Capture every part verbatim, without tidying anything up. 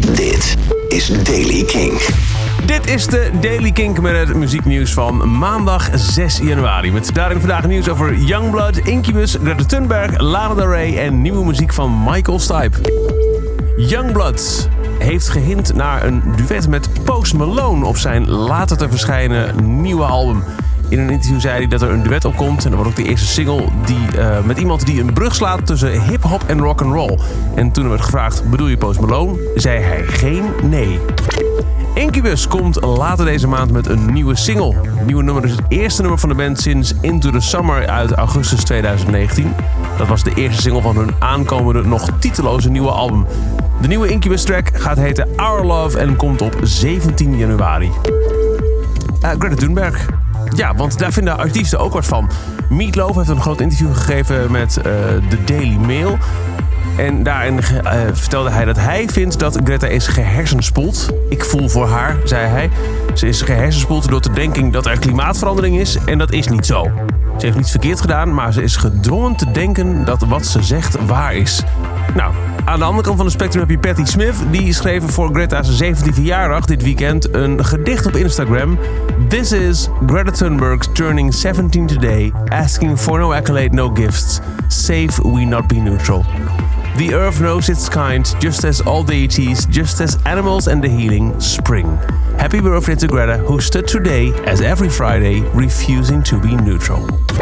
Dit is Daily Kink. Dit is de Daily Kink met het muzieknieuws van maandag zes januari. Met daarin vandaag nieuws over Youngblood, Incubus, Greta Thunberg, Lana Del Rey en nieuwe muziek van Michael Stipe. Youngblood heeft gehint naar een duet met Post Malone op zijn later te verschijnen nieuwe album. In een interview zei hij dat er een duet op komt. En dat wordt ook de eerste single die, uh, met iemand die een brug slaat tussen hip-hop en rock'n'roll. En toen er werd gevraagd, bedoel je Post Malone? Zei hij geen nee. Incubus komt later deze maand met een nieuwe single. Het nieuwe nummer is het eerste nummer van de band sinds Into the Summer uit augustus tweeduizend negentien. Dat was de eerste single van hun aankomende, nog titeloze nieuwe album. De nieuwe Incubus-track gaat heten Our Love en komt op zeventien januari. Uh, Greta Thunberg. Ja, want daar vinden artiesten ook wat van. Meatloaf heeft een groot interview gegeven met uh, de Daily Mail. En daarin uh, vertelde hij dat hij vindt dat Greta is gehersenspoeld. Ik voel voor haar, zei hij. Ze is gehersenspoeld door de denking dat er klimaatverandering is. En dat is niet zo. Ze heeft niets verkeerd gedaan, maar ze is gedwongen te denken dat wat ze zegt waar is. Nou, aan de andere kant van het spectrum heb je Patti Smith. Die schreef voor Greta's zeventiende verjaardag dit weekend een gedicht op Instagram. This is Greta Thunberg turning seventeen today, asking for no accolade, no gifts. Safe we not be neutral. The earth knows its kind, just as all deities, just as animals and the healing, spring. Happy birthday to Greta, who stood today, as every Friday, refusing to be neutral.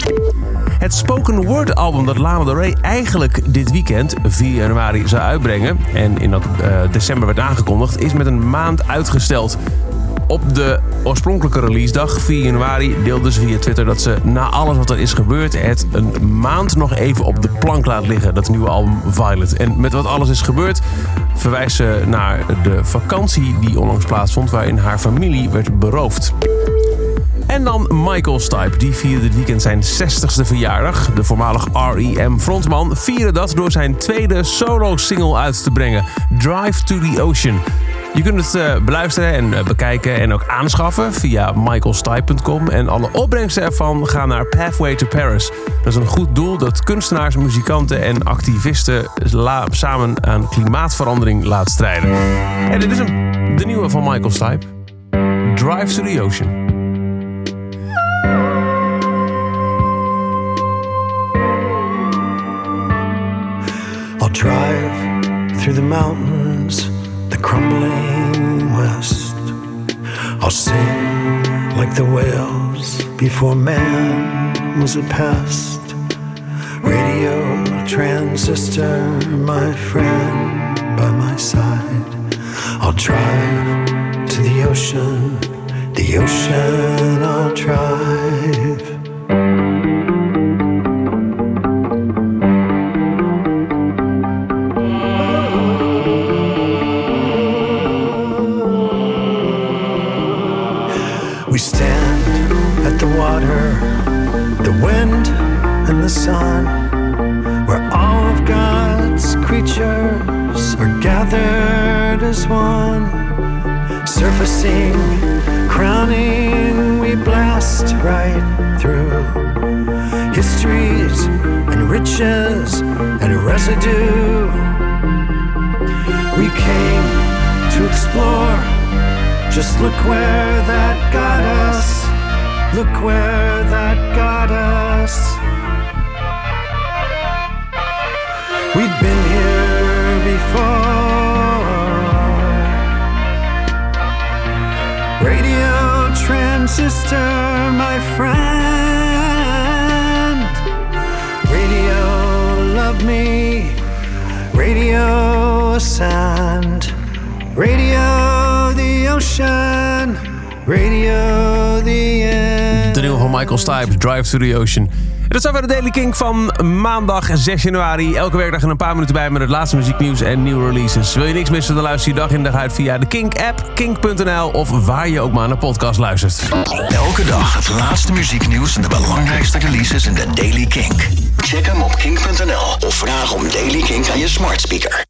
Het spoken word album dat Lana Del Rey eigenlijk dit weekend, vier januari, zou uitbrengen, en in dat uh, december werd aangekondigd, is met een maand uitgesteld. Op de oorspronkelijke releasedag, vier januari, deelde ze via Twitter dat ze na alles wat er is gebeurd het een maand nog even op de plank laat liggen, dat nieuwe album Violet. En met wat alles is gebeurd verwijst ze naar de vakantie die onlangs plaatsvond waarin haar familie werd beroofd. En dan Michael Stipe, die vierde dit weekend zijn zestigste verjaardag. De voormalig R E M frontman vierde dat door zijn tweede solo-single uit te brengen, Drive to the Ocean. Je kunt het uh, beluisteren en uh, bekijken en ook aanschaffen via michael stipe punt com. En alle opbrengsten ervan gaan naar Pathway to Paris. Dat is een goed doel dat kunstenaars, muzikanten en activisten la- samen aan klimaatverandering laat strijden. En dit is hem, de nieuwe van Michael Stipe. Drive to the Ocean. I'll drive through the mountains, the crumbling west. I'll sing like the whales before man was a pest. Radio transistor, my friend by my side. I'll drive to the ocean, the ocean I'll drive. We stand at the water, the wind and the sun, where all of God's creatures are gathered as one. Surfacing, crowning, we blast right through histories and riches and residue. We came to explore. Just look where that got us. Look where that got us. We'd been here before. Radio transistor, my friend. Radio love me. Radio ascend. Radio the ocean, radio the end. De nieuwe van Michael Stipe, Drive to the Ocean. En dat zijn weer de Daily Kink van maandag zes januari. Elke werkdag een paar minuten bij met het laatste muzieknieuws en nieuwe releases. Wil je niks missen, dan luister je dag in dag uit via de Kink-app, kink punt n l of waar je ook maar naar podcast luistert. Elke dag het laatste muzieknieuws en de belangrijkste releases in de Daily Kink. Check hem op kink punt n l of vraag om Daily Kink aan je smart speaker.